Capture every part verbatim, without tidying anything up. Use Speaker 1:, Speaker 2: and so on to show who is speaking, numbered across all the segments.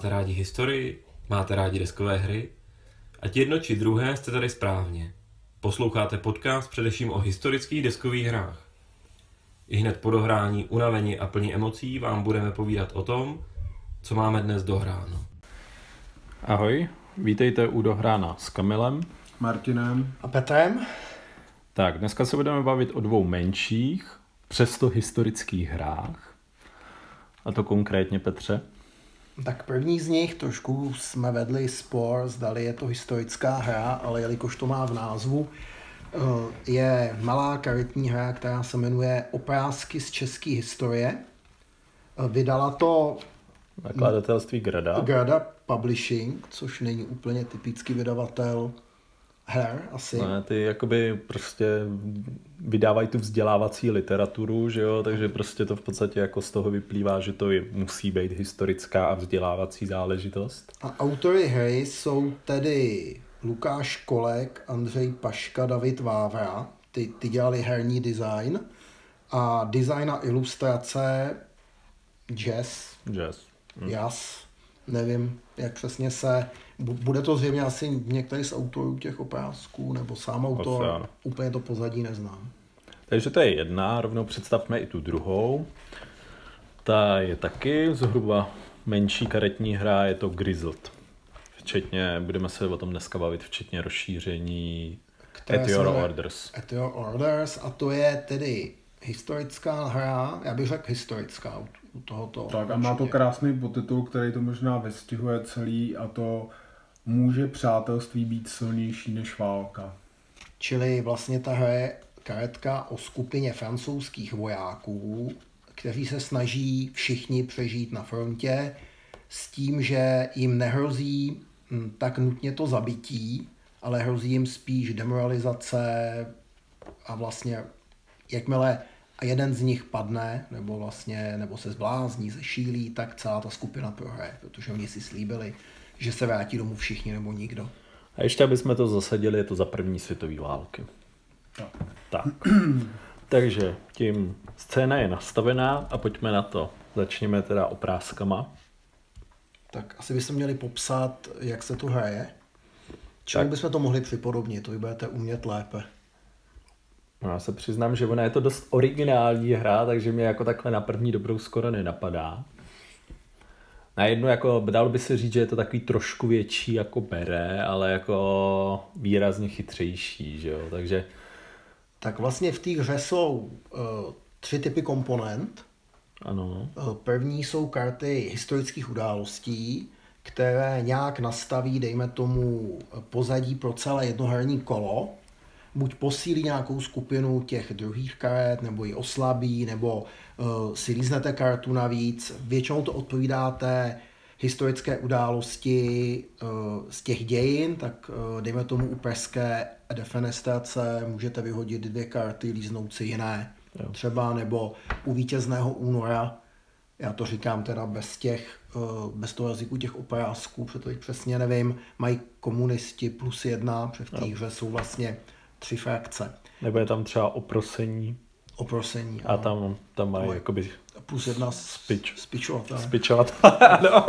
Speaker 1: Máte rádi historii? Máte rádi deskové hry? Ať jedno či druhé jste tady správně. Posloucháte podcast především o historických deskových hrách. I hned po dohrání, unavení a plní emocí vám budeme povídat o tom, co máme dnes dohráno.
Speaker 2: Ahoj, vítejte u Dohrána s Kamilem,
Speaker 3: Martinem
Speaker 4: a Petrem.
Speaker 2: Tak, dneska se budeme bavit o dvou menších, přesto historických hrách. A to konkrétně, Petře?
Speaker 4: Tak první z nich, trošku jsme vedli spor, zdali je to historická hra, ale jelikož to má v názvu, je malá karetní hra, která se jmenuje Oprázky z české historie. Vydala to
Speaker 2: nakladatelství Grada.
Speaker 4: Grada Publishing, což není úplně typický vydavatel her asi.
Speaker 2: Ne, ty jakoby prostě vydávají tu vzdělávací literaturu, že jo, takže prostě to v podstatě jako z toho vyplývá, že to je, musí být historická a vzdělávací záležitost.
Speaker 4: A autory hry jsou tedy Lukáš Kolek, Andřej Paška, David Vávra, ty, ty dělali herní design a design a ilustrace Jazz.
Speaker 2: Jazz.
Speaker 4: Hm. Jazz. Nevím, jak přesně se... Bude to zřejmě asi některý z autorů těch oprázků, nebo sám autor,
Speaker 2: Oceán.
Speaker 4: Úplně to pozadí neznám.
Speaker 2: Takže to je jedna, rovnou představme i tu druhou. Ta je taky zhruba menší karetní hra, je to Grizzled. Včetně, budeme se o tom dneska bavit, včetně rozšíření At Your Orders.
Speaker 4: At Your Orders, a to je tedy historická hra, já bych řekl historická u tohoto.
Speaker 3: Tak a má to krásný podtitul, který to možná vystihuje celý, a to může přátelství být silnější než válka.
Speaker 4: Čili vlastně ta hra je karetka o skupině francouzských vojáků, kteří se snaží všichni přežít na frontě s tím, že jim nehrozí tak nutně to zabití, ale hrozí jim spíš demoralizace a vlastně jakmile jeden z nich padne, nebo vlastně, nebo se zblázní, zešílí, tak celá ta skupina prohraje, protože oni si slíbili, že se vrátí domů všichni nebo nikdo.
Speaker 2: A ještě, aby jsme to zasadili, je to za první světové války.
Speaker 3: Tak.
Speaker 2: Tak. Takže tím scéna je nastavená a pojďme na to. Začněme teda oprázkama.
Speaker 4: Tak asi bychom měli popsat, jak se tu hraje. Čemu bychom to mohli připodobnit, to vy budete umět lépe.
Speaker 2: No, já se přiznám, že ona je to dost originální hra, takže mě jako takhle na první dobrou skoro nenapadá. Na jednu jako, dalo by se říct, že je to takový trošku větší jako bere, ale jako výrazně chytřejší, že jo, takže...
Speaker 4: Tak vlastně v té hře jsou uh, tři typy komponent.
Speaker 2: Ano.
Speaker 4: Uh, první jsou karty historických událostí, které nějak nastaví, dejme tomu, pozadí pro celé jedno herní kolo. Buď posílí nějakou skupinu těch druhých karet, nebo ji oslabí, nebo uh, si líznete kartu navíc. Většinou to odpovídá té historické události uh, z těch dějin, tak uh, dejme tomu u pražské defenestrace můžete vyhodit dvě karty, líznout si jiné. Jo. Třeba, nebo u vítězného února, já to říkám teda bez těch, uh, bez toho jazyku těch oprázků, protože přesně nevím, mají komunisti plus jedna, protože v té hře jsou vlastně tři frakce.
Speaker 2: Nebo je tam třeba oprosení.
Speaker 4: Oprosení.
Speaker 2: A tam, tam mají no, jakoby...
Speaker 4: Plus jedna
Speaker 2: spič.
Speaker 4: spičovatel.
Speaker 2: Spičovatel, no.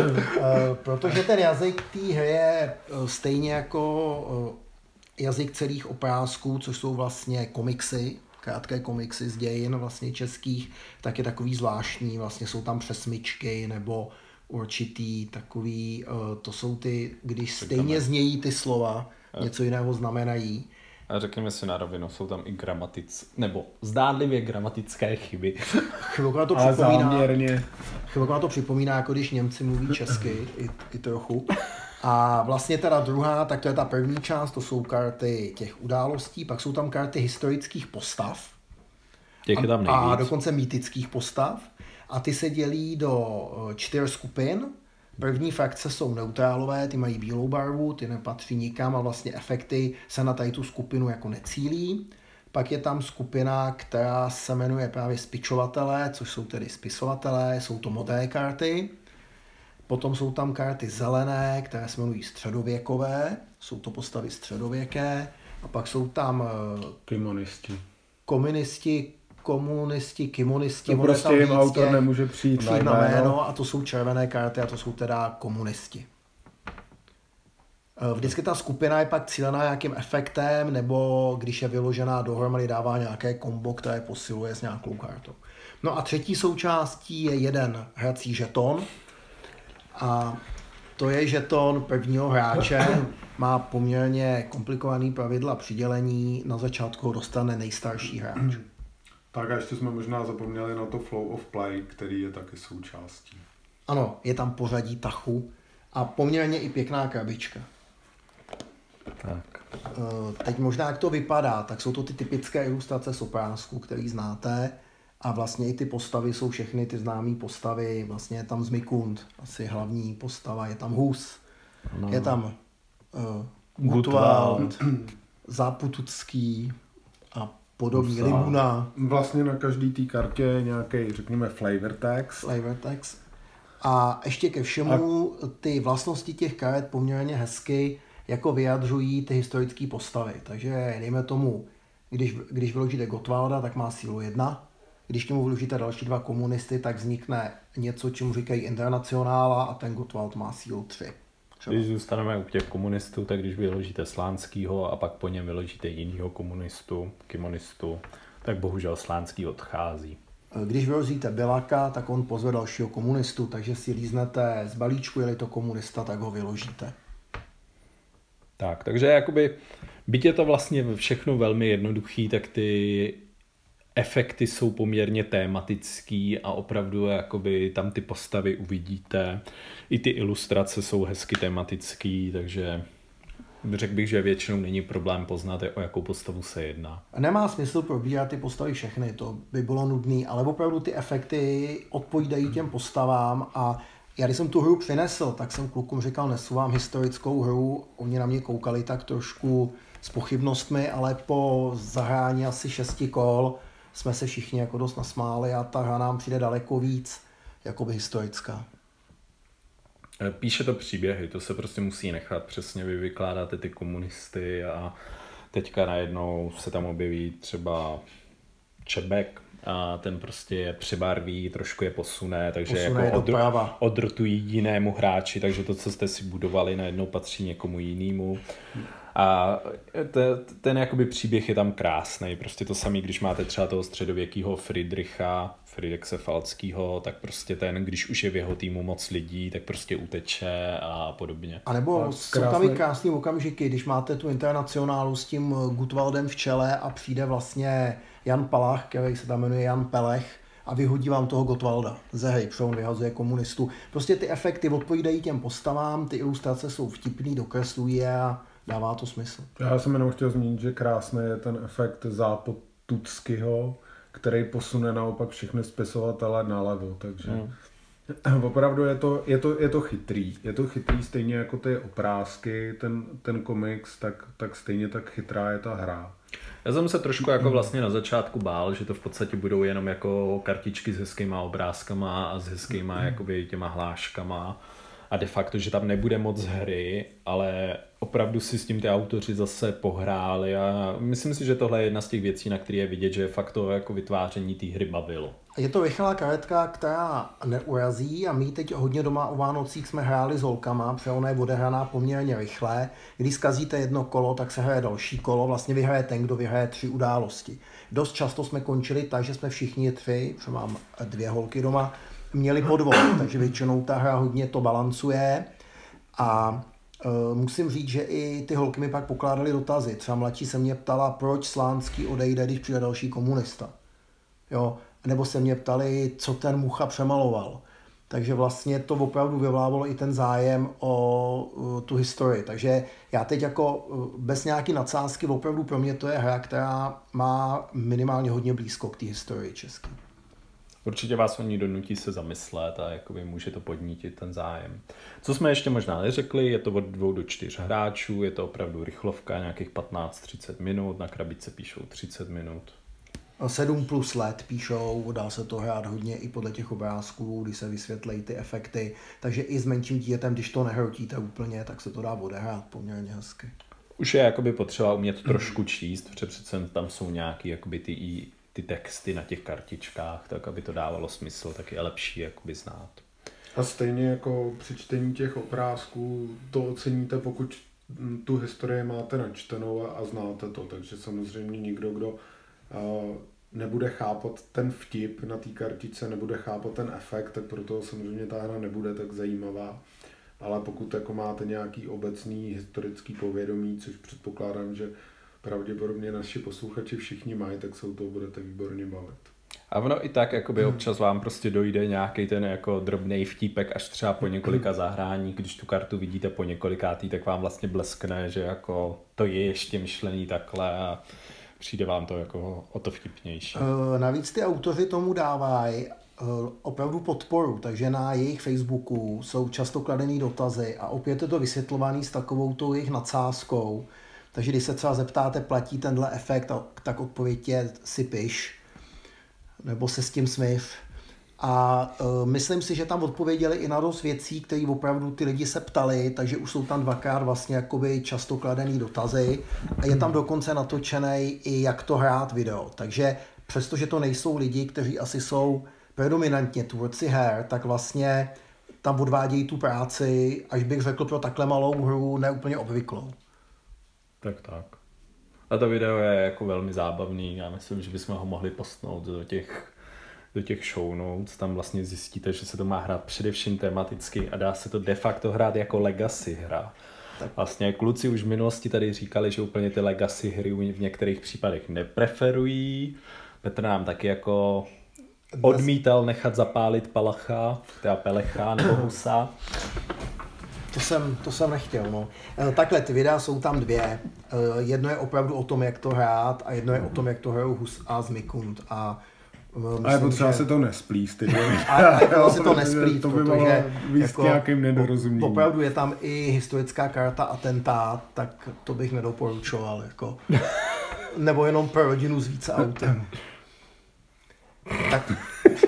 Speaker 4: Protože ten jazyk té hry je stejně jako jazyk celých oprázků, což jsou vlastně komiksy, krátké komiksy z dějin vlastně českých, tak je takový zvláštní, vlastně jsou tam přesmyčky nebo určitý takový, to jsou ty, když stejně znějí ty slova, něco jiného znamenají.
Speaker 2: A řekněme si na rovinu, jsou tam i gramatic, nebo zdánlivě gramatické chyby.
Speaker 4: Chvilku to připomíná, chvilku to připomíná, jako když Němci mluví česky, i, i trochu. A vlastně teda druhá, tak to je ta první část, to jsou karty těch událostí, pak jsou tam karty historických postav.
Speaker 2: Těch je tam nejvíc.
Speaker 4: A dokonce mýtických postav. A ty se dělí do čtyř skupin. První frakce jsou neutrálové, ty mají bílou barvu, ty nepatří nikam a vlastně efekty se na tady tu skupinu jako necílí. Pak je tam skupina, která se jmenuje právě spičovatelé, což jsou tedy spisovatelé, jsou to modré karty. Potom jsou tam karty zelené, které se jmenují středověkové, jsou to postavy středověké. A pak jsou tam
Speaker 3: komunisti.
Speaker 4: Komunisti, komunisti, kimunisti.
Speaker 3: To prostě jim autor nemůže přijít,
Speaker 4: přijít
Speaker 3: na
Speaker 4: na
Speaker 3: jméno.
Speaker 4: jméno a to jsou červené karty a to jsou teda komunisti. Vždycky ta skupina je pak cílená nějakým efektem, nebo když je vyložená dohromady, dává nějaké kombo, které posiluje s nějakou kartou. No a třetí součástí je jeden hrací žeton. A to je žeton prvního hráče. Má poměrně komplikovaný pravidla přidělení. Na začátku ho dostane nejstarší hráč.
Speaker 3: Tak a ještě jsme možná zapomněli na to flow of play, který je taky součástí.
Speaker 4: Ano, je tam pořadí tachu a poměrně i pěkná krabička.
Speaker 2: Tak.
Speaker 4: Teď možná, jak to vypadá, tak jsou to ty typické ilustrace z oprázku, který znáte. A vlastně i ty postavy jsou všechny ty známé postavy. Vlastně je tam Zmikund, asi hlavní postava, je tam Hus, no. Je tam uh, Gutwald, Záputucký a podobně, Libuna.
Speaker 3: Vlastně na každý té kartě je nějaký, řekněme, flavor text.
Speaker 4: Flavor text. A ještě ke všemu a... ty vlastnosti těch karet poměrně hezky jako vyjadřují ty historické postavy. Takže dejme tomu, když, když vyložíte Gotwalda, tak má sílu jedna. Když k němu vyložíte další dva komunisty, tak vznikne něco, čemu říkají internacionála a ten Gotwald má sílu tři. Třeba.
Speaker 2: Když zůstaneme u těch komunistů, tak když vyložíte Slánskýho a pak po něm vyložíte jinýho komunistu, kimonistu, tak bohužel Slánský odchází.
Speaker 4: Když vyložíte Bilaka, tak on pozve dalšího komunistu, takže si líznete z balíčku, je-li to komunista, tak ho vyložíte.
Speaker 2: Tak, takže jakoby, byť je to vlastně všechno velmi jednoduchý, tak ty efekty jsou poměrně tématický a opravdu jakoby tam ty postavy uvidíte. I ty ilustrace jsou hezky tematický, takže řekl bych, že většinou není problém poznat, o jakou postavu se jedná.
Speaker 4: Nemá smysl probírat ty postavy všechny, to by bylo nudné, ale opravdu ty efekty odpovídají těm postavám a já když jsem tu hru přinesl, tak jsem klukům říkal, nesu vám historickou hru, oni na mě koukali tak trošku s pochybnostmi, ale po zahrání asi šesti kol jsme se všichni jako dost nasmáli a ta hra nám přijde daleko víc jakoby historická.
Speaker 2: Píše to příběhy, to se prostě musí nechat. Přesně vy vykládáte ty komunisty a teďka najednou se tam objeví třeba Čebek a ten prostě je přebarví, trošku je posune, takže
Speaker 4: posune
Speaker 2: jako
Speaker 4: odr-
Speaker 2: odrotují jinému hráči, takže to, co jste si budovali, najednou patří někomu jinému. A te, ten jakoby příběh je tam krásný. Prostě to samé, když máte třeba toho středověkého Friedricha, Friedricha Falckého, tak prostě ten, když už je v jeho týmu moc lidí, tak prostě uteče a podobně.
Speaker 4: A nebo jsou tam i krásný okamžiky, když máte tu internacionálu s tím Gutwaldem v čele a přijde vlastně Jan Palach, který se tam jmenuje Jan Pelech, a vyhodí vám toho Gotwalda ze hry, protože on vyhazuje komunistu. Prostě ty efekty odpovídají těm postavám, ty ilustrace jsou vtipný, dokreslují je a dává to smysl.
Speaker 3: Já jsem jenom chtěl zmínit, že krásný je ten efekt Zápotuckého, který posune naopak všechny spisovatele nalevo, takže hmm. opravdu je to, je, to, je to chytrý. Je to chytrý stejně jako ty oprázky, ten, ten komiks, tak, tak stejně tak chytrá je ta hra.
Speaker 2: Já jsem se trošku jako vlastně na začátku bál, že to v podstatě budou jenom jako kartičky s hezkýma obrázkama a s hezkýma jakoby těma hláškama a de facto, že tam nebude moc hry, ale opravdu si s tím ty autoři zase pohráli a myslím si, že tohle je jedna z těch věcí, na které je vidět, že fakt to jako vytváření té hry bavilo.
Speaker 4: Je to rychlá karetka, která neurazí a my teď hodně doma o Vánocích jsme hráli s holkama, protože ona je odehraná poměrně rychle. Když zkazíte jedno kolo, tak se hraje další kolo, vlastně vyhraje ten, kdo vyhraje tři události. Dost často jsme končili tak, že jsme všichni tři, protože mám dvě holky doma, měli podvod, takže většinou ta hra hodně to balancuje a Uh, musím říct, že i ty holky mi pak pokládaly dotazy. Třeba mladší se mě ptala, proč Slánský odejde, když přijde další komunista. Jo? Nebo se mě ptali, co ten Mucha přemaloval. Takže vlastně to opravdu vyvolávalo i ten zájem o uh, tu historii. Takže já teď jako uh, bez nějaký nadsázky, opravdu pro mě to je hra, která má minimálně hodně blízko k té historii české.
Speaker 2: Určitě vás oni donutí se zamyslet a jakoby může to podnítit ten zájem. Co jsme ještě možná neřekli, je to od dvou do čtyř hráčů, je to opravdu rychlovka, nějakých patnáct třicet minut, na krabičce píšou třicet minut.
Speaker 4: sedm plus let píšou, dá se to hrát hodně i podle těch obrázků, kdy se vysvětlejí ty efekty, takže i s menším dítětem, když to nehrotíte úplně, tak se to dá odehrát poměrně hezky.
Speaker 2: Už je jakoby potřeba umět trošku číst, protože přece tam jsou nějaký jakoby ty, ty ty texty na těch kartičkách, tak aby to dávalo smysl, tak je lepší jakoby znát.
Speaker 3: A stejně jako při čtení těch obrázků to oceníte, pokud tu historii máte načtenou a, a znáte to, takže samozřejmě nikdo, kdo uh, nebude chápat ten vtip na té kartičce, nebude chápat ten efekt, tak proto samozřejmě ta hra nebude tak zajímavá. Ale pokud jako máte nějaký obecný historický povědomí, což předpokládám, že pravděpodobně naši posluchači všichni mají, tak se u toho budete výborně bavit.
Speaker 2: A ono i tak, jakoby občas vám prostě dojde nějaký ten jako drobnej vtípek až třeba po několika zahrání, když tu kartu vidíte po několikátý, tak vám vlastně bleskne, že jako to je ještě myšlený takhle a přijde vám to jako o to vtipnější.
Speaker 4: Uh, navíc ty autoři tomu dávají uh, opravdu podporu, takže na jejich Facebooku jsou často kladený dotazy a opět je to vysvětlovaný s takovou tou jejich nadsázkou. Takže když se třeba zeptáte, platí tenhle efekt, tak odpověď je si piš, nebo se s tím smyv. A uh, myslím si, že tam odpověděli i na dost věcí, které opravdu ty lidi se ptali, takže už jsou tam dvakrát vlastně jakoby často kladený dotazy a je tam dokonce natočený i jak to hrát video. Takže přestože to nejsou lidi, kteří asi jsou predominantně tvůrci her, tak vlastně tam odvádějí tu práci, až bych řekl pro takhle malou hru, neúplně obvyklou.
Speaker 2: Tak tak. A to video je jako velmi zábavný, já myslím, že bychom ho mohli postnout do těch, do těch show notes, tam vlastně zjistíte, že se to má hrát především tematicky a dá se to de facto hrát jako legacy hra. Tak. Vlastně kluci už v minulosti tady říkali, že úplně ty legacy hry v některých případech nepreferují. Petr nám taky jako odmítal nechat zapálit Palacha, teda Pelecha nebo Husa.
Speaker 4: To jsem, to jsem nechtěl, no. Takhle, ty videa jsou tam dvě. Jedno je opravdu o tom, jak to hrát a jedno je o tom, jak to hrajou Hus a Zmikund. A myslím,
Speaker 3: ale potřeba
Speaker 4: že...
Speaker 3: se to nesplíst.
Speaker 4: A jako se to nesplít,
Speaker 3: to by
Speaker 4: protože
Speaker 3: jako nějakým nedorozuměním.
Speaker 4: Opravdu je tam i historická karta Atentát, tak to bych nedoporučoval. Jako. Nebo jenom pro rodinu s více autem. Tak...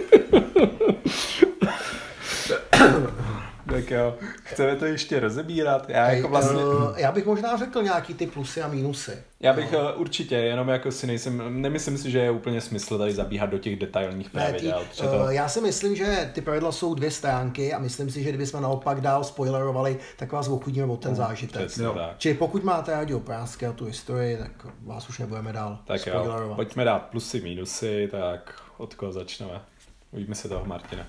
Speaker 2: Tak jo, chceme to ještě rozebírat? Já, jako vlastně...
Speaker 4: já bych možná řekl nějaký ty plusy a mínusy.
Speaker 2: Já bych no. určitě, jenom jako si nejsem, nemyslím si, že je úplně smysl tady zabíhat do těch detailních pravidel.
Speaker 4: Ne, to... Já si myslím, že ty pravidla jsou dvě stránky a myslím si, že kdybychom naopak dál spoilerovali, tak vás ochudíme o ten no, zážitek. Čili pokud máte rádi oprázky a tu historii, tak vás už nebudeme dál
Speaker 2: tak
Speaker 4: spoilerovat.
Speaker 2: Jo, pojďme dát plusy, mínusy, tak od koho začneme? Uvidíme se toho, Martina.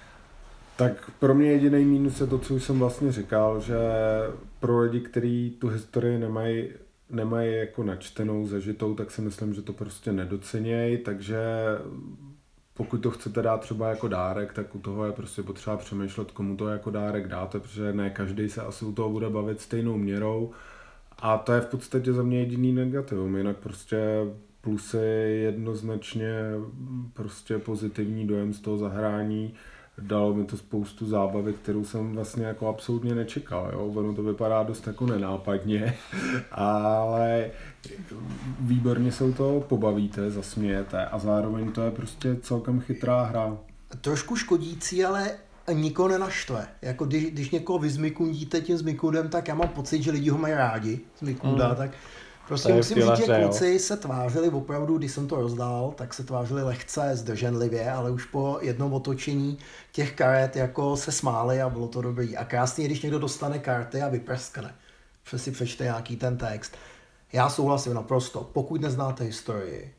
Speaker 3: Tak pro mě jediný mínus je to, co už jsem vlastně říkal, že pro lidi, kteří tu historii nemají, nemají jako načtenou, zažitou, tak si myslím, že to prostě nedocenějí, takže pokud to chcete dát třeba jako dárek, tak u toho je prostě potřeba přemýšlet, komu to jako dárek dáte, protože ne každý se asi u toho bude bavit stejnou měrou a to je v podstatě za mě jediný negativum, jinak prostě plusy jednoznačně prostě pozitivní dojem z toho zahrání. Dalo mi to spoustu zábavy, kterou jsem vlastně jako absolutně nečekal. Jo? Ono to vypadá dost jako nenápadně, ale výborně se u toho pobavíte, zasmějete a zároveň to je prostě celkem chytrá hra.
Speaker 4: Trošku škodící, ale nikoho nenaštve. Jako když, když někoho vyzmikundíte tím Zmikundem, tak já mám pocit, že lidi ho mají rádi, Zmikunda, mm. tak prostě musím říct, že kluci se tvářili opravdu, když jsem to rozdal, tak se tvářili lehce zdrženlivě, ale už po jednom otočení těch karet jako se smáli a bylo to dobrý. A krásně, když někdo dostane karty a vyprskne, že si přečte nějaký ten text. Já souhlasím naprosto, pokud neznáte historii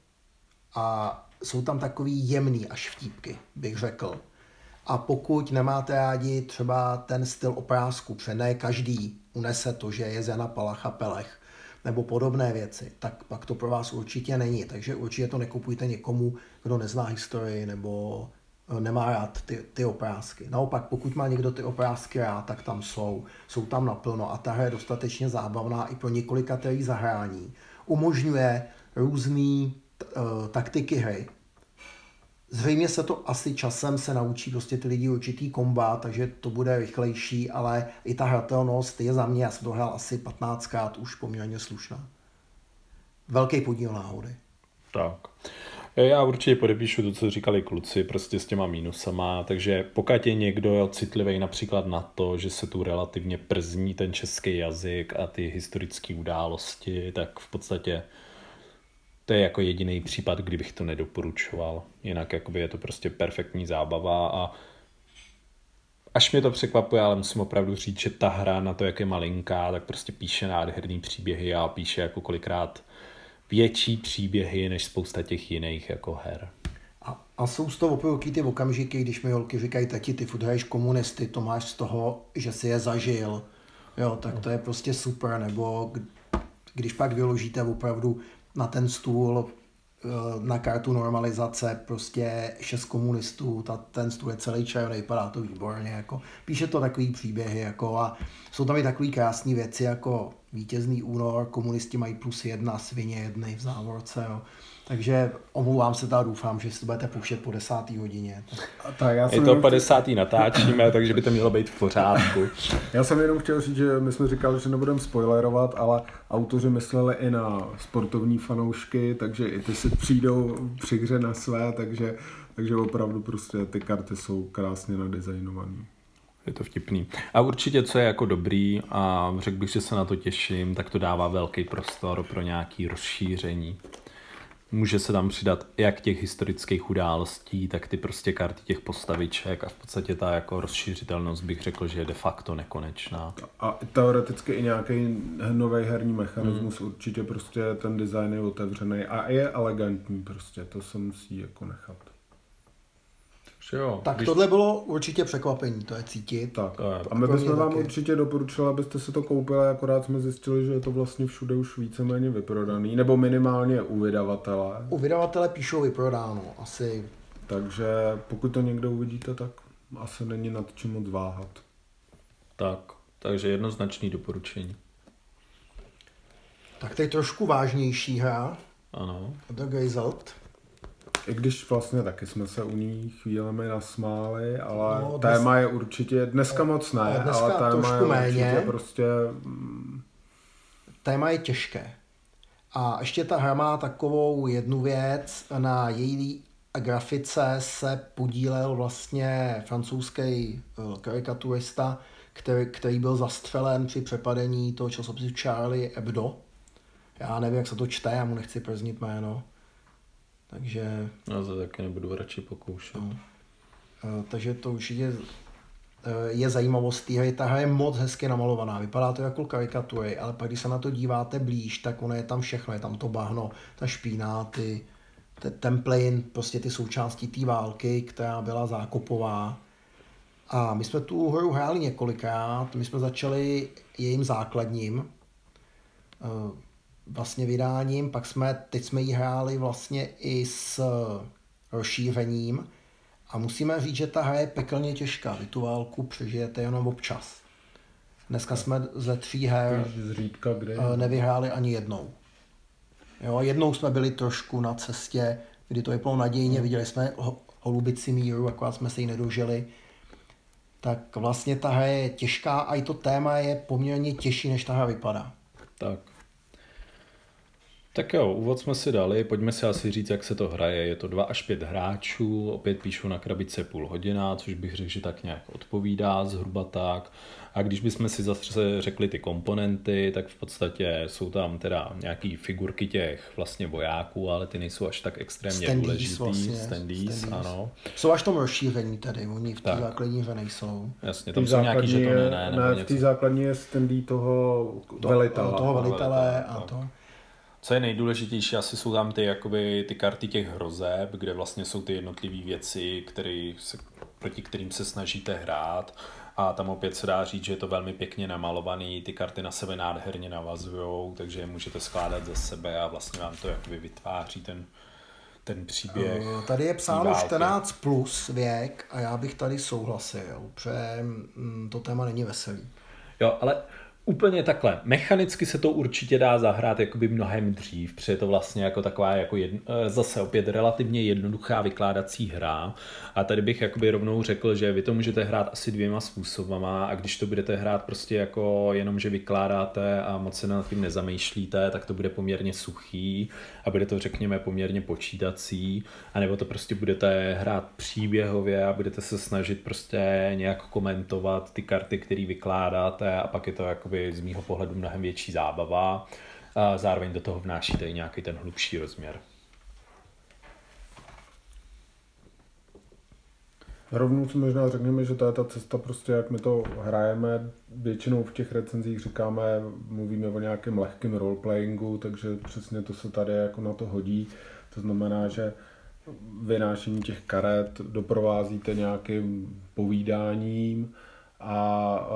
Speaker 4: a jsou tam takový jemný až vtípky, bych řekl. A pokud nemáte rádi třeba ten styl oprázku, protože ne každý unese to, že je z Jana Palacha Pelech, nebo podobné věci, tak pak to pro vás určitě není. Takže určitě to nekupujte někomu, kdo nezná historii nebo nemá rád ty, ty oprázky. Naopak, pokud má někdo ty oprázky rád, tak tam jsou. Jsou tam naplno a ta hra je dostatečně zábavná i pro několikaterý zahrání. Umožňuje různé uh, taktiky hry. Zřejmě se to asi časem se naučí prostě ty lidi určitý komba, takže to bude rychlejší, ale i ta hratelnost je za mě, já jsem to hrál asi patnáctkrát, už poměrně slušná. Velký podíl náhody.
Speaker 2: Tak. Já určitě podepíšu to, co říkali kluci, prostě s těma mínusama, takže pokud je někdo citlivý například na to, že se tu relativně przní ten český jazyk a ty historické události, tak v podstatě to je jako jediný případ, kdybych to nedoporučoval. Jinak jakoby je to prostě perfektní zábava a až mě to překvapuje, ale musím opravdu říct, že ta hra na to, jak je malinká, tak prostě píše nádherný příběhy a píše jako kolikrát větší příběhy než spousta těch jiných jako her.
Speaker 4: A, a jsou z toho opravdu ty okamžiky, když mi holky říkají, tati, ty furt hraješ komunisty, to máš z toho, že si je zažil. Jo, tak to je prostě super. Nebo když pak vyložíte opravdu na ten stůl, na kartu normalizace, prostě šest komunistů, ta, ten stůl je celý červený, vypadá to výborně. Jako. Píše to takový příběhy jako, a jsou tam i takový krásné věci, jako vítězný únor, komunisti mají plus jedna, svině jednej v závorce. Jo. Takže omlouvám se, tak doufám, že si to budete pouštět po desátý hodině.
Speaker 3: Tak já
Speaker 2: je to padesátý natáčíme, takže by to mělo být v pořádku.
Speaker 3: Já jsem jenom chtěl říct, že my jsme říkali, že nebudeme spoilerovat, ale autoři mysleli i na sportovní fanoušky, takže i ty si přijdou při hře na své, takže, takže opravdu prostě ty karty jsou krásně nadizajnované.
Speaker 2: Je to vtipný. A určitě, co je jako dobrý, a řekl bych, že se na to těším, tak to dává velký prostor pro nějaké rozšíření. Může se tam přidat jak těch historických událostí, tak ty prostě karty těch postaviček a v podstatě ta jako rozšířitelnost bych řekl, že je de facto nekonečná.
Speaker 3: A teoreticky i nějaký nový herní mechanismus, hmm. určitě prostě ten design je otevřený a je elegantní prostě, to se musí jako nechat.
Speaker 2: Jo,
Speaker 4: tak
Speaker 2: když...
Speaker 4: tohle bylo určitě překvapení, to je cítit.
Speaker 3: Tak. A my bychom vám taky určitě doporučili, abyste si to koupili, akorát jsme zjistili, že je to vlastně všude už víceméně vyprodaný, nebo minimálně u vydavatele.
Speaker 4: U vydavatele píšou vyprodáno, asi.
Speaker 3: Takže pokud to někdo uvidíte, tak asi není nad čím moc váhat.
Speaker 2: Tak, takže jednoznačný doporučení.
Speaker 4: Tak to je trošku vážnější hra.
Speaker 2: Ano.
Speaker 4: The Result.
Speaker 3: I když vlastně taky jsme se u ní chvílemi nasmáli, ale
Speaker 4: no, dnes...
Speaker 3: téma je určitě, dneska moc ne,
Speaker 4: dneska
Speaker 3: ale téma je
Speaker 4: méně.
Speaker 3: určitě prostě...
Speaker 4: Téma je těžké. A ještě ta hra má takovou jednu věc, na její grafice se podílel vlastně francouzský karikaturista, který, který byl zastřelen při přepadení toho časopisu Charlie Hebdo. Já nevím, jak se to čte, já mu nechci prznit jméno. Takže...
Speaker 2: Já to taky nebudu radši pokoušet.
Speaker 4: No. Takže to určitě je zajímavost té hry. Ta hra je moc hezky namalovaná, vypadá to jako karikatury, ale pak když se na to díváte blíž, tak ono je tam všechno, je tam to bahno, ta špína, ty, ten plyn, prostě ty součástí té války, která byla zákopová. A my jsme tu hru hráli několikrát, my jsme začali jejím základním vlastně vydáním, pak jsme, teď jsme ji hráli vlastně i s rozšířením a musíme říct, že ta hra je pekelně těžká, vy tu válku přežijete jenom občas. Dneska jsme ze tří her
Speaker 3: zřídka, kde
Speaker 4: nevyhráli ani jednou. Jo, jednou jsme byli trošku na cestě, kdy to vypadalo nadějně, viděli jsme holubici míru, akorát jsme se jí nedožili. Tak vlastně ta hra je těžká a i to téma je poměrně těžší, než ta hra vypadá.
Speaker 2: Tak. Tak jo, úvod jsme si dali, pojďme si asi říct, jak se to hraje. Je to dva až pět hráčů, opět píšu na krabice půl hodina, což bych řekl, že tak nějak odpovídá, zhruba tak. A když bychom si zase řekli ty komponenty, tak v podstatě jsou tam teda nějaký figurky těch vlastně vojáků, ale ty nejsou až tak extrémně
Speaker 4: standees
Speaker 2: důležitý.
Speaker 4: Vlastně,
Speaker 2: standees, standees, ano.
Speaker 4: Jsou až tom rozšíření tady, oni v té základní hře nejsou.
Speaker 2: Jasně, tam jsou nějaký žetony, ne? Nebo
Speaker 3: ne, v té základní je standee toho
Speaker 4: to,
Speaker 3: velitele.
Speaker 4: Toho velitele a to.
Speaker 2: Co je nejdůležitější, asi jsou tam ty, jakoby, ty karty těch hrozeb, kde vlastně jsou ty jednotlivé věci, který se, proti kterým se snažíte hrát. A tam opět se dá říct, že je to velmi pěkně namalovaný, ty karty na sebe nádherně navazujou, takže je můžete skládat za sebe a vlastně vám to jakoby vytváří ten, ten příběh.
Speaker 4: Tady je psáno čtrnáct plus věk a já bych tady souhlasil, protože to téma není veselý.
Speaker 2: Jo, ale úplně takhle. Mechanicky se to určitě dá zahrát jakoby mnohem dřív, protože je to vlastně jako taková jako jedno, zase opět relativně jednoduchá vykládací hra. A tady bych jakoby rovnou řekl, že vy to můžete hrát asi dvěma způsobama a když to budete hrát prostě jako jenom, že vykládáte a moc se nad tím nezamýšlíte, tak to bude poměrně suchý a bude to řekněme poměrně počítací. A nebo to prostě budete hrát příběhově a budete se snažit prostě nějak komentovat ty karty, které vykládáte a pak je to jakoby z mýho pohledu mnohem větší zábava. A zároveň do toho vnášíte i nějaký ten hlubší rozměr.
Speaker 3: Rovnou si možná řekněme, že to je ta cesta prostě, jak my to hrajeme. Většinou v těch recenzích říkáme, mluvíme o nějakém lehkém roleplayingu, takže přesně to se tady jako na to hodí. To znamená, že vynášení těch karet doprovázíte nějakým povídáním a, a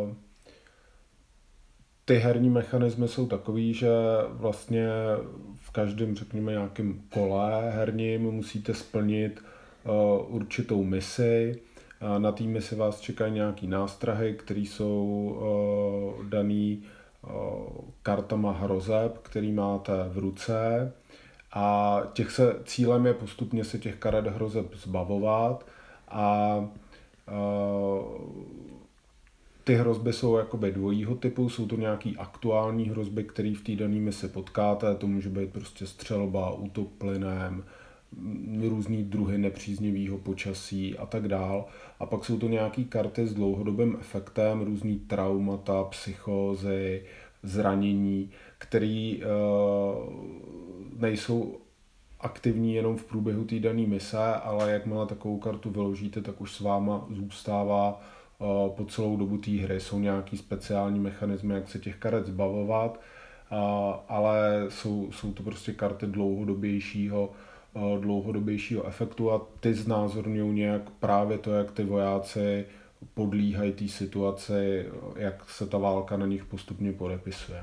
Speaker 3: ty herní mechanismy jsou takový, že vlastně v každém, řekněme, nějakém kole herním musíte splnit uh, určitou misi. Uh, na té misi vás čekají nějaký nástrahy, které jsou uh, daný uh, kartama hrozeb, který máte v ruce. A těch se, cílem je postupně se těch karet hrozeb zbavovat a uh, ty hrozby jsou jakoby dvojího typu, jsou to nějaký aktuální hrozby, které v té dané misi potkáte, to může být prostě střelba, útok plynem, různý druhy nepříznivého počasí a tak dál. A pak jsou to nějaký karty s dlouhodobým efektem, různý traumata, psychózy, zranění, které uh, nejsou aktivní jenom v průběhu té dané mise, ale jakmile takovou kartu vyložíte, tak už s váma zůstává po celou dobu té hry. Jsou nějaký speciální mechanismy, jak se těch karet zbavovat, ale jsou, jsou to prostě karty dlouhodobějšího, dlouhodobějšího efektu a ty znázorňují nějak právě to, jak ty vojáci podlíhají té situaci, jak se ta válka na nich postupně podepisuje.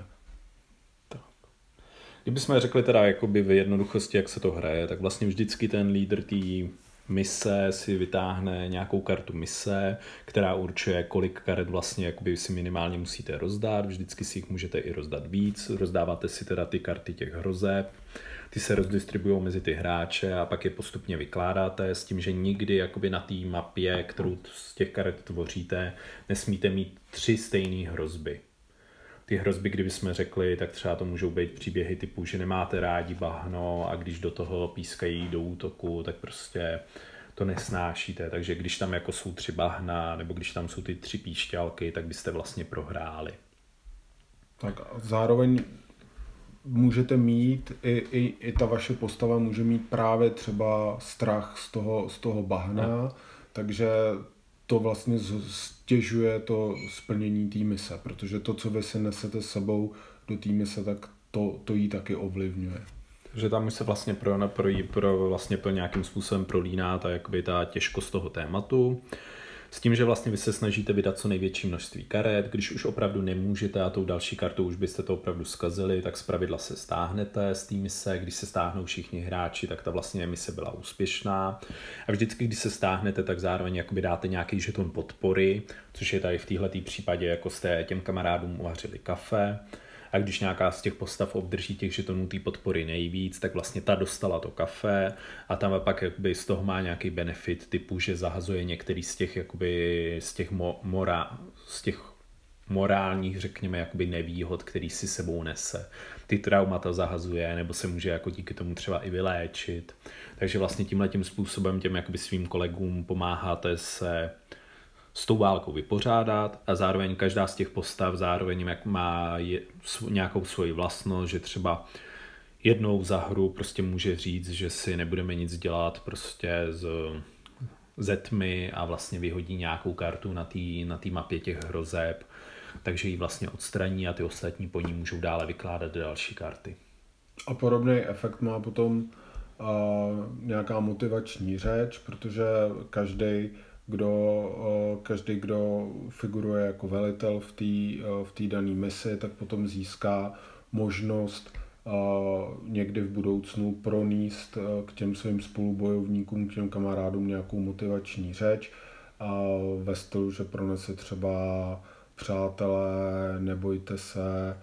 Speaker 2: Kdybychom řekli teda jakoby v jednoduchosti, jak se to hraje, tak vlastně vždycky ten lídr té mise si vytáhne nějakou kartu mise, která určuje, kolik karet vlastně jakoby si minimálně musíte rozdat. Vždycky si jich můžete i rozdat víc. Rozdáváte si teda ty karty těch hrozeb. Ty se rozdistribují mezi ty hráče a pak je postupně vykládáte s tím, že nikdy jakoby na té mapě, kterou z těch karet tvoříte, nesmíte mít tři stejné hrozby. Ty hrozby, kdybychom řekli, tak třeba to můžou být příběhy typu, že nemáte rádi bahno a když do toho pískají do útoku, tak prostě to nesnášíte. Takže když tam jako jsou tři bahna, nebo když tam jsou ty tři píšťalky, tak byste vlastně prohráli.
Speaker 3: Tak a zároveň můžete mít, i, i, i ta vaše postava může mít právě třeba strach z toho, z toho bahna, no. Takže to vlastně stěžuje to splnění té mise, protože to, co vy si nesete s sebou do té mise, tak to, to jí taky ovlivňuje.
Speaker 2: Takže tam už se vlastně pro, pro, pro, vlastně pro nějakým způsobem prolíná ta, jakoby ta těžkost toho tématu. S tím, že vlastně vy se snažíte vydat co největší množství karet, když už opravdu nemůžete a tou další kartou už byste to opravdu zkazili, tak zpravidla se stáhnete z té mise, když se stáhnou všichni hráči, tak ta vlastně mise byla úspěšná. A vždycky, když se stáhnete, tak zároveň jakoby dáte nějaký žeton podpory, což je tady v téhletý případě, jako jste těm kamarádům uvařili kafe. A když nějaká z těch postav obdrží těch žetonů té podpory nejvíc, tak vlastně ta dostala to kafe a tam pak jakoby z toho má nějaký benefit typu, že zahazuje některý z těch, jakoby, z těch, mo, mora, z těch morálních, řekněme, jakoby nevýhod, který si sebou nese. Ty traumata zahazuje, nebo se může jako díky tomu třeba i vyléčit. Takže vlastně tímhletím způsobem těm jakoby svým kolegům pomáháte se s tou válkou vypořádat a zároveň každá z těch postav zároveň jak má je, nějakou svoji vlastnost, že třeba jednou za hru prostě může říct, že si nebudeme nic dělat prostě z, ze tmy a vlastně vyhodí nějakou kartu na té na té mapě těch hrozeb, takže ji vlastně odstraní a ty ostatní po ní můžou dále vykládat další karty.
Speaker 3: A podobný efekt má potom uh, nějaká motivační řeč, protože každý Kdo, každý, kdo figuruje jako velitel v té v té dané misi, tak potom získá možnost někdy v budoucnu pronést k těm svým spolubojovníkům, k těm kamarádům nějakou motivační řeč ve stylu, že pronese třeba přátelé, nebojte se,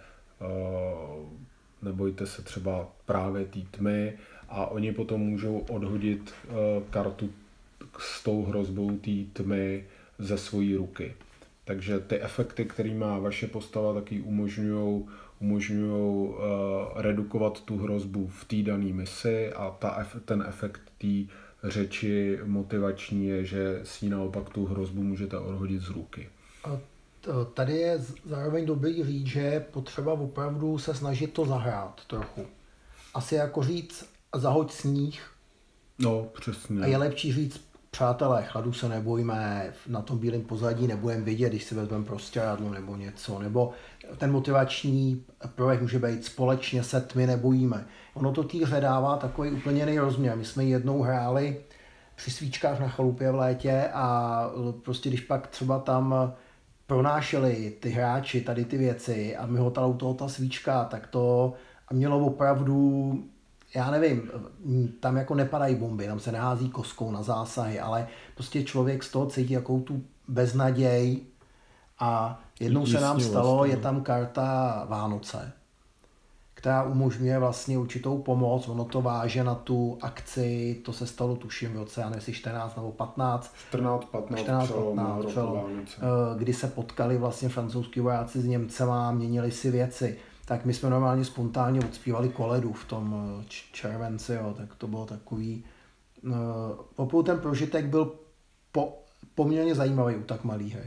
Speaker 3: nebojte se třeba právě té tmy a oni potom můžou odhodit kartu s tou hrozbou té tmy ze svojí ruky. Takže ty efekty, které má vaše postava, taky umožňují umožňují uh, redukovat tu hrozbu v té dané misi a ta, ten efekt té řeči motivační je, že si naopak tu hrozbu můžete odhodit z ruky.
Speaker 4: A tady je zároveň dobrý říct, že je potřeba opravdu se snažit to zahrát trochu. Asi jako říct, zahoď sníh.
Speaker 3: No, přesně.
Speaker 4: A je lepší říct, přátelé, chladu se nebojíme, na tom bílém pozadí nebudeme vidět, když si vezmeme prostěradlo nebo něco. Nebo ten motivační projekt může být společně se tmy nebojíme. Ono to té hře dává takový úplně jiný rozměr. My jsme jednou hráli při svíčkách na chalupě v létě a prostě když pak třeba tam pronášeli ty hráči tady ty věci a mi hotala u toho ta svíčka, tak to a mělo opravdu, já nevím, tam jako nepadají bomby, tam se nehází kostkou na zásahy, ale prostě člověk z toho cítí jakou tu beznaděj a jednou se nám stalo, je tam karta Vánoce, která umožňuje vlastně určitou pomoc, ono to váže na tu akci, to se stalo tuším v roce, já nevím, čtrnáct nebo patnáct,
Speaker 3: čtrnáct patnáct,
Speaker 4: čtrnáct patnáct, kdy se potkali vlastně francouzský vojáci s Němcema, měnili si věci. Tak my jsme normálně spontánně odspívali koledu v tom červenci, jo, tak to bylo takový, uh, opravdu ten prožitek byl po, poměrně zajímavý u tak malý hry.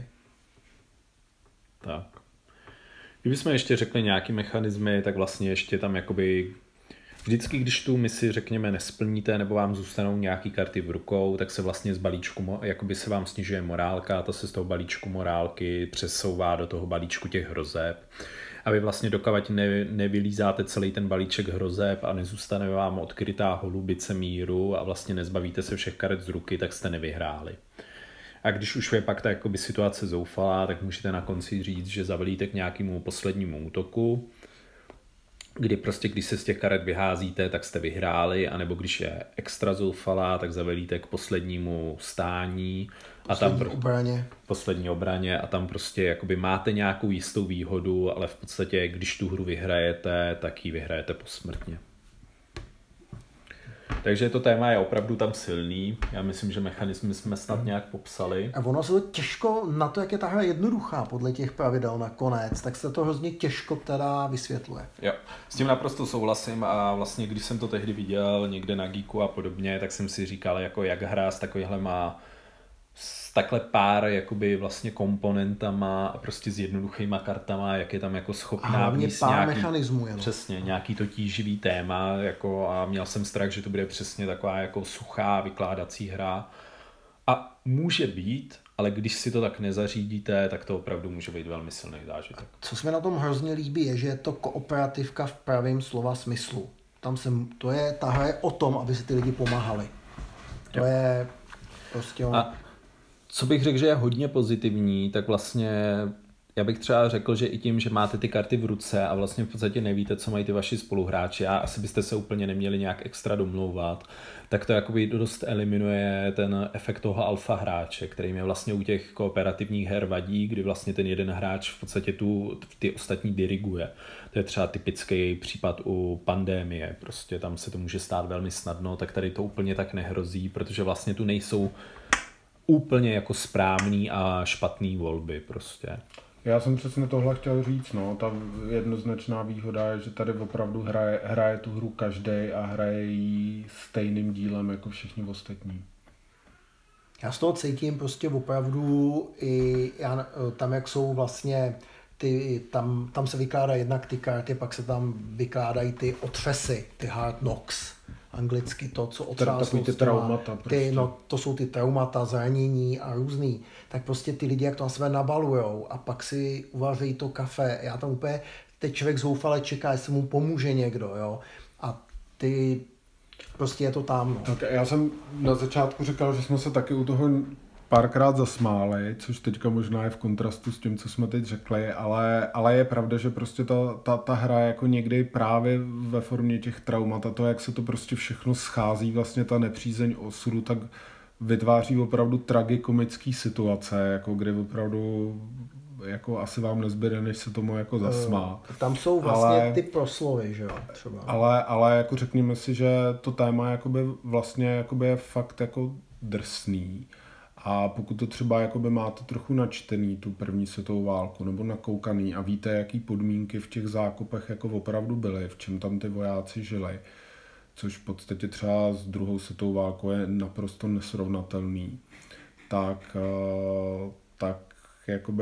Speaker 2: Tak. Kdybychom ještě řekli nějaký mechanismy, tak vlastně ještě tam jakoby vždycky, když tu misi, řekněme, nesplníte nebo vám zůstanou nějaký karty v rukou, tak se vlastně z balíčku, jakoby se vám snižuje morálka, to se z toho balíčku morálky přesouvá do toho balíčku těch hrozeb. A vy vlastně dokavať ne, nevylízáte celý ten balíček hrozeb a nezůstane vám odkrytá holubice míru a vlastně nezbavíte se všech karet z ruky, tak jste nevyhráli. A když už je pak ta jakoby situace zoufalá, tak můžete na konci říct, že zavelíte k nějakému poslednímu útoku, kdy prostě, když se z těch karet vyházíte, tak jste vyhráli, anebo když je extra zoufalá, tak zavelíte k poslednímu stání a
Speaker 4: poslední
Speaker 2: tam
Speaker 4: obraně.
Speaker 2: poslední obraně a tam prostě jakoby máte nějakou jistou výhodu, ale v podstatě, když tu hru vyhrajete, tak ji vyhrajete posmrtně. Takže to téma je opravdu tam silný. Já myslím, že mechanismy jsme snad nějak popsali.
Speaker 4: A ono se to těžko, na to, jak je ta hra jednoduchá podle těch pravidel nakonec, tak se to hrozně těžko teda vysvětluje.
Speaker 2: Jo, s tím naprosto souhlasím a vlastně když jsem to tehdy viděl někde na Geeku a podobně, tak jsem si říkal, jako jak hra s takovýhle má s takhle pár jakoby vlastně komponentama a prostě s jednoduchýma kartama, jak je tam jako schopná
Speaker 4: a hlavně
Speaker 2: vníst
Speaker 4: pár
Speaker 2: nějaký,
Speaker 4: mechanismů jenom.
Speaker 2: Přesně, nějaký to tíživý téma jako a měl jsem strach, že to bude přesně taková jako suchá vykládací hra a může být, ale když si to tak nezařídíte, tak to opravdu může být velmi silný zážitek.
Speaker 4: Co se mi na tom hrozně líbí, je, že je to kooperativka v pravém slova smyslu. Tam se, to je, ta hra je o tom, aby si ty lidi pomáhali. To jo. je prostě...
Speaker 2: A co bych řekl, že je hodně pozitivní, tak vlastně já bych třeba řekl, že i tím, že máte ty karty v ruce a vlastně v podstatě nevíte, co mají ty vaši spoluhráči a asi byste se úplně neměli nějak extra domlouvat, tak to jakoby dost eliminuje ten efekt toho alfa hráče, který mě vlastně u těch kooperativních her vadí, kdy vlastně ten jeden hráč v podstatě tu, ty ostatní diriguje. To je třeba typický případ u Pandémie, prostě tam se to může stát velmi snadno, tak tady to úplně tak nehrozí, protože vlastně tu nejsou úplně jako správný a špatný volby prostě.
Speaker 3: Já jsem přesně tohle chtěl říct, no. Ta jednoznačná výhoda je, že tady opravdu hraje, hraje tu hru každej a hraje ji stejným dílem jako všichni ostatní.
Speaker 4: Já z toho cítím prostě opravdu i já, tam, jak jsou vlastně ty, tam, tam se vykládá jednak ty karty, pak se tam vykládají ty otřesy, ty hard knocks. Anglicky to, co otřáslo
Speaker 3: ty traumata. Prostě.
Speaker 4: Ty, no, to jsou ty traumata, zranění a různý. Tak prostě ty lidi, jak to na sebe nabalujou a pak si uvaří to kafe. Já tam úplně, teď člověk zoufale čeká, jestli mu pomůže někdo, jo. A ty, prostě je to tam, no.
Speaker 3: Tak já jsem na začátku říkal, že jsme se taky u toho párkrát zasmáli, což teďka možná je v kontrastu s tím, co jsme teď řekli, ale, ale je pravda, že prostě ta, ta, ta hra jako někdy právě ve formě těch traumat a to, jak se to prostě všechno schází, vlastně ta nepřízeň osudu, tak vytváří opravdu tragikomický situace, jako kdy opravdu jako asi vám nezbyde, než se tomu jako zasmát.
Speaker 4: Tam jsou vlastně ale, ty proslovy, že jo, třeba.
Speaker 3: Ale, ale jako řekněme si, že to téma jakoby vlastně jakoby je fakt jako drsný. A pokud to třeba jakoby máte trochu načtený tu první světovou válku nebo nakoukaný a víte, jaký podmínky v těch zákopech jako opravdu byly, v čem tam ty vojáci žili, což v podstatě třeba s druhou světovou válkou je naprosto nesrovnatelný, tak, tak jakoby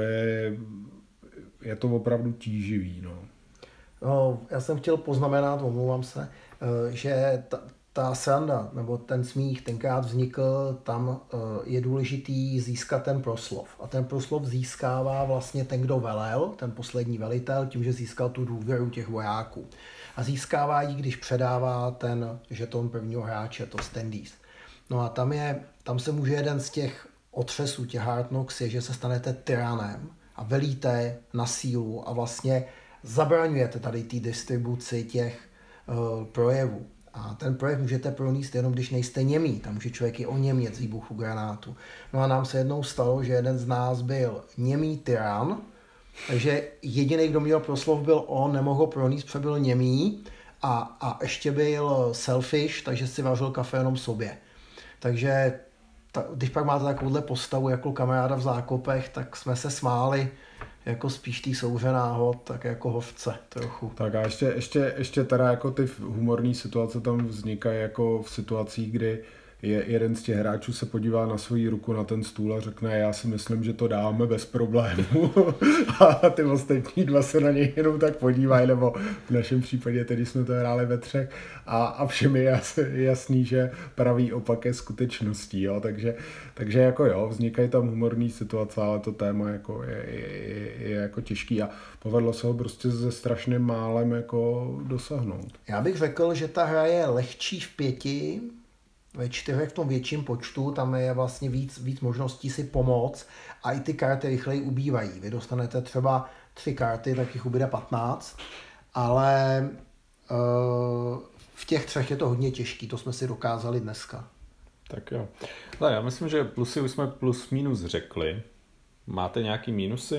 Speaker 3: je to opravdu tíživý. No.
Speaker 4: No, já jsem chtěl poznamenat, omlouvám se, že ta, ta sranda, nebo ten smích tenkrát vznikl, tam je důležitý získat ten proslov. A ten proslov získává vlastně ten, kdo velel, ten poslední velitel, tím, že získal tu důvěru těch vojáků. A získává ji, když předává ten žeton prvního hráče, to standees. No a tam, je, tam se může jeden z těch otřesů, těch hard knocks, je, že se stanete tyranem a velíte na sílu a vlastně zabraňujete tady té distribuci těch uh, projevů. A ten projev můžete pronést jenom, když nejste němí. Tam může člověk i oněmět z výbuchu granátu. No a nám se jednou stalo, že jeden z nás byl němý tyran, takže jediný, kdo měl proslov, byl on, nemohl ho pronést, protože byl němý a, a ještě byl selfish, takže si vařil kafe jenom sobě. Takže ta, když pak máte takovouhle postavu jako kamaráda v zákopech, tak jsme se smáli jako spíš tý souře náhod, tak jako hovce trochu.
Speaker 3: Tak a ještě, ještě, ještě teda jako ty humorní situace tam vznikají jako v situacích, kdy je, jeden z těch hráčů se podívá na svou ruku na ten stůl a řekne, já si myslím, že to dáme bez problémů. A ty ostatní dva se na něj jenom tak podívají, nebo v našem případě tedy jsme to hráli ve třech a, a všem je jas, jasný, že pravý opak je skutečností. Jo? Takže, takže jako jo, vznikají tam humorní situace, ale to téma jako je, je, je, je jako těžký a povedlo se ho prostě se strašným málem jako dosáhnout.
Speaker 4: Já bych řekl, že ta hra je lehčí v pěti, ve čtyřech v tom větším počtu, tam je vlastně víc, víc možností si pomoct a i ty karty rychleji ubývají. Vy dostanete třeba tři karty, tak jich ubyde patnáct, ale uh, v těch třech je to hodně těžký, to jsme si dokázali dneska.
Speaker 2: Tak jo. No, já myslím, že plusy už jsme plus minus řekli. Máte nějaký mínusy?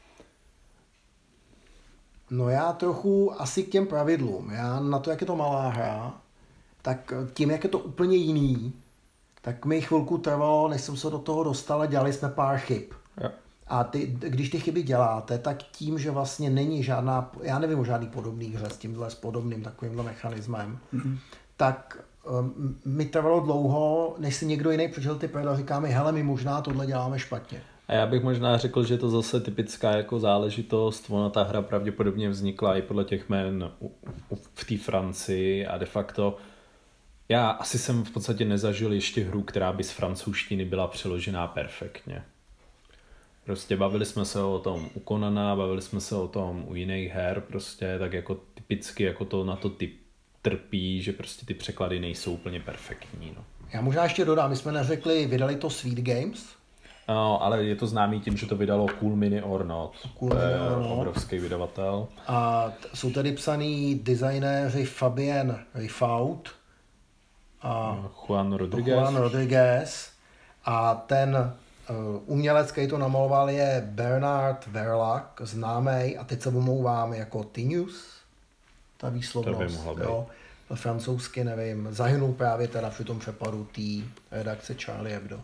Speaker 4: No já trochu asi k těm pravidlům. Já na to, jak je to malá hra, tak tím, jak je to úplně jiný, tak mi chvilku trvalo, než jsem se do toho dostal a dělali jsme pár chyb.
Speaker 2: Jo.
Speaker 4: A ty, když ty chyby děláte, tak tím, že vlastně není žádná, já nevím o žádný podobný hře s tímhle, s podobným takovýmhle mechanismem, mm-hmm. tak um, mi trvalo dlouho, než si někdo jiný přečetl ty pravidla a říká mi, hele, my možná tohle děláme špatně.
Speaker 2: A já bych možná řekl, že to zase typická jako záležitost, ona ta hra pravděpodobně vznikla i podle těch jmen v té Francii a de facto já asi jsem v podstatě nezažil ještě hru, která by z francouzštiny byla přeložená perfektně. Prostě bavili jsme se o tom u Conana, bavili jsme se o tom u jiných her, prostě tak jako typicky jako to na to typ trpí, že prostě ty překlady nejsou úplně perfektní. No.
Speaker 4: Já možná ještě dodám, my jsme neřekli, vydali to Sweet Games.
Speaker 2: No, ale je to známý tím, že to vydalo Cool Mini or Not.
Speaker 4: Cool Mini or Not.
Speaker 2: Obrovský vydavatel.
Speaker 4: A t- jsou tady psaný designéři Fabien Rifaud a
Speaker 2: Juan Rodriguez.
Speaker 4: Juan Rodriguez. A ten uh, umělec, který to namaloval, je Bernard Verlac, známý, a teď se omlouvám jako Tinius, ta výslovnost.
Speaker 2: To by mohla být.
Speaker 4: Jo, francouzsky nevím, zahynul právě teda při tom přepadu té redakce Charlie Hebdo.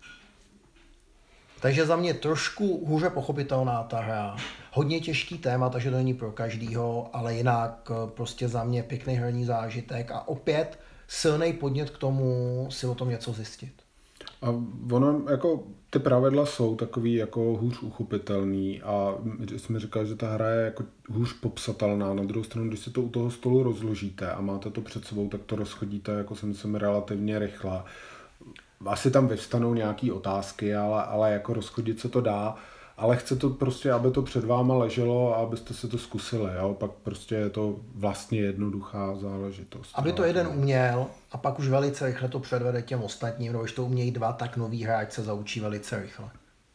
Speaker 4: Takže za mě trošku hůře pochopitelná ta hra. Hodně těžký téma, takže to není pro každýho, ale jinak prostě za mě pěkný herní zážitek a opět silný podnět k tomu si o tom něco zjistit.
Speaker 3: A ono, jako ty pravidla jsou takový jako hůř uchopitelný a jsme říkali, že ta hra je jako hůř popsatelná. Na druhou stranu, když si to u toho stolu rozložíte a máte to před sebou, tak to rozchodíte, jako si myslím, relativně rychle. Asi tam vyvstanou nějaké otázky, ale, ale jako rozchodit se to dá, ale chce to prostě, aby to před váma leželo a abyste si to zkusili, jo? Pak prostě je to vlastně jednoduchá záležitost.
Speaker 4: Aby to jeden uměl a pak už velice rychle to předvede těm ostatním, no když to umějí dva, tak nový hráč se zaučí velice rychle.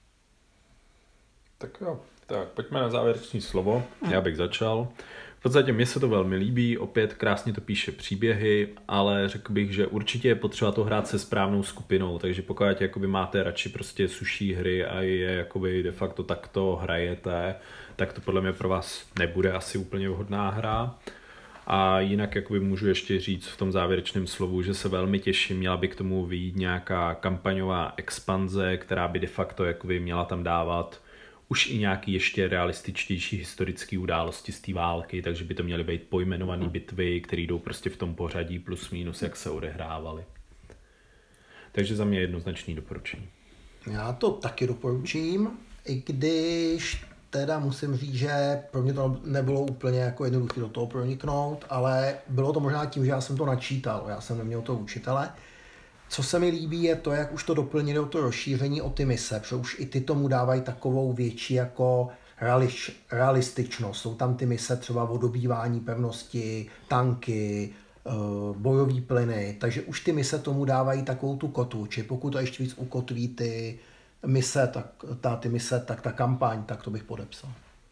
Speaker 2: Tak jo, tak pojďme na závěrečné slovo, já bych začal. V podstatě mně se to velmi líbí, opět krásně to píše příběhy, ale řekl bych, že určitě je potřeba to hrát se správnou skupinou, takže pokud jakoby máte radši prostě suší hry a je jakoby de facto takto hrajete, tak to podle mě pro vás nebude asi úplně vhodná hra. A jinak jakoby můžu ještě říct v tom závěrečném slovu, že se velmi těším, měla by k tomu vyjít nějaká kampaňová expanze, která by de facto jakoby měla tam dávat už i nějaký ještě realističtější historické události z té války, takže by to měly být pojmenované bitvy, které jdou prostě v tom pořadí plus minus, jak se odehrávaly. Takže za mě jednoznačný doporučení.
Speaker 4: Já to taky doporučím. I když teda musím říct, že pro mě to nebylo úplně jako jednoduché do toho proniknout, ale bylo to možná tím, že já jsem to načítal, já jsem neměl toho učitele. Co se mi líbí je to, jak už to doplnili o to rozšíření o ty mise, protože už i ty tomu dávají takovou větší jako reališ, realističnost. Jsou tam ty mise třeba o dobývání pevnosti, tanky, bojový plyny, takže už ty mise tomu dávají takovou tu kotvu, či pokud to ještě víc ukotví ty mise, tak ta, ty mise, tak ta kampaň, tak to bych podepsal.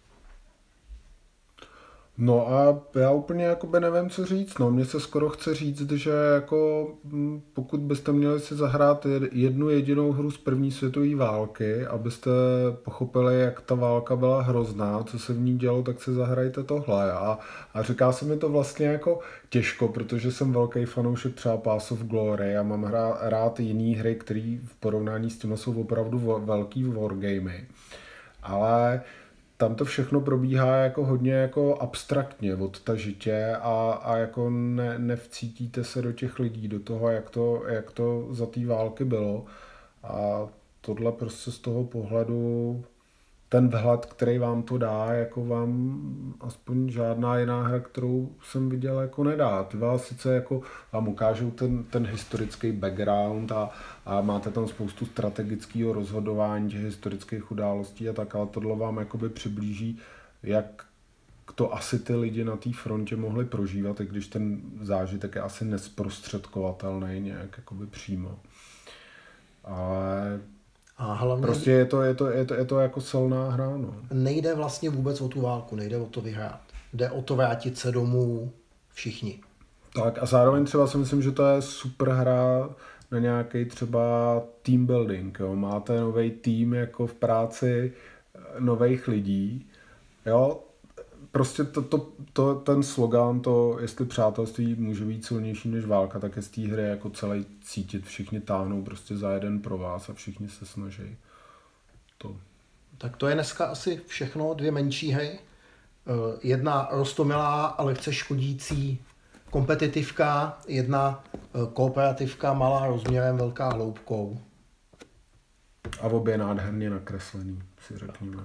Speaker 3: No a já úplně jakoby nevím, co říct. No, mně se skoro chce říct, že jako pokud byste měli si zahrát jednu jedinou hru z první světové války, abyste pochopili, jak ta válka byla hrozná, co se v ní dělo, tak si zahrajte tohle. A, a říká se mi to vlastně jako těžko, protože jsem velký fanoušek třeba Path of Glory a mám hra, rád jiný hry, které v porovnání s těmi jsou opravdu velký wargamy. Ale tam to všechno probíhá jako hodně jako abstraktně, odtažitě a, a jako ne, nevcítíte se do těch lidí, do toho, jak to, jak to za té války bylo. A tohle prostě z toho pohledu, ten vhled, který vám to dá, jako vám aspoň žádná jiná hra, kterou jsem viděl, jako nedá. Ty vás sice jako vám ukážou ten, ten historický background a, a máte tam spoustu strategického rozhodování těch historických událostí a tak, ale tohle vám jakoby přiblíží, jak to asi ty lidi na té frontě mohli prožívat, i když ten zážitek je asi nesprostředkovatelný nějak jakoby přímo. Ale
Speaker 4: A hlavně
Speaker 3: prostě je to, je to, je to, je to jako silná hra, no.
Speaker 4: nejde vlastně vůbec o tu válku, nejde o to vyhrát. Jde o to vrátit se domů všichni.
Speaker 3: Tak a zároveň třeba si myslím, že to je super hra na nějaký třeba team building, jo. Máte nový tým jako v práci nových lidí, jo. Prostě to, to, to, ten slogan, to jestli přátelství může být silnější než válka, tak je z té hry jako celý cítit, všichni táhnou prostě za jeden pro vás a všichni se snaží. To.
Speaker 4: Tak to je dneska asi všechno, dvě menší hry. Jedna roztomilá a lehce škodící kompetitivka, jedna kooperativka malá rozměrem, velká hloubkou.
Speaker 3: A obě nádherně nakreslený, si řekněme.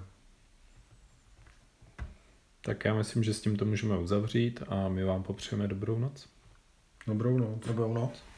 Speaker 2: Tak já myslím, že s tím to můžeme uzavřít a my vám popřejeme dobrou noc.
Speaker 3: Dobrou noc.
Speaker 4: Dobrou noc.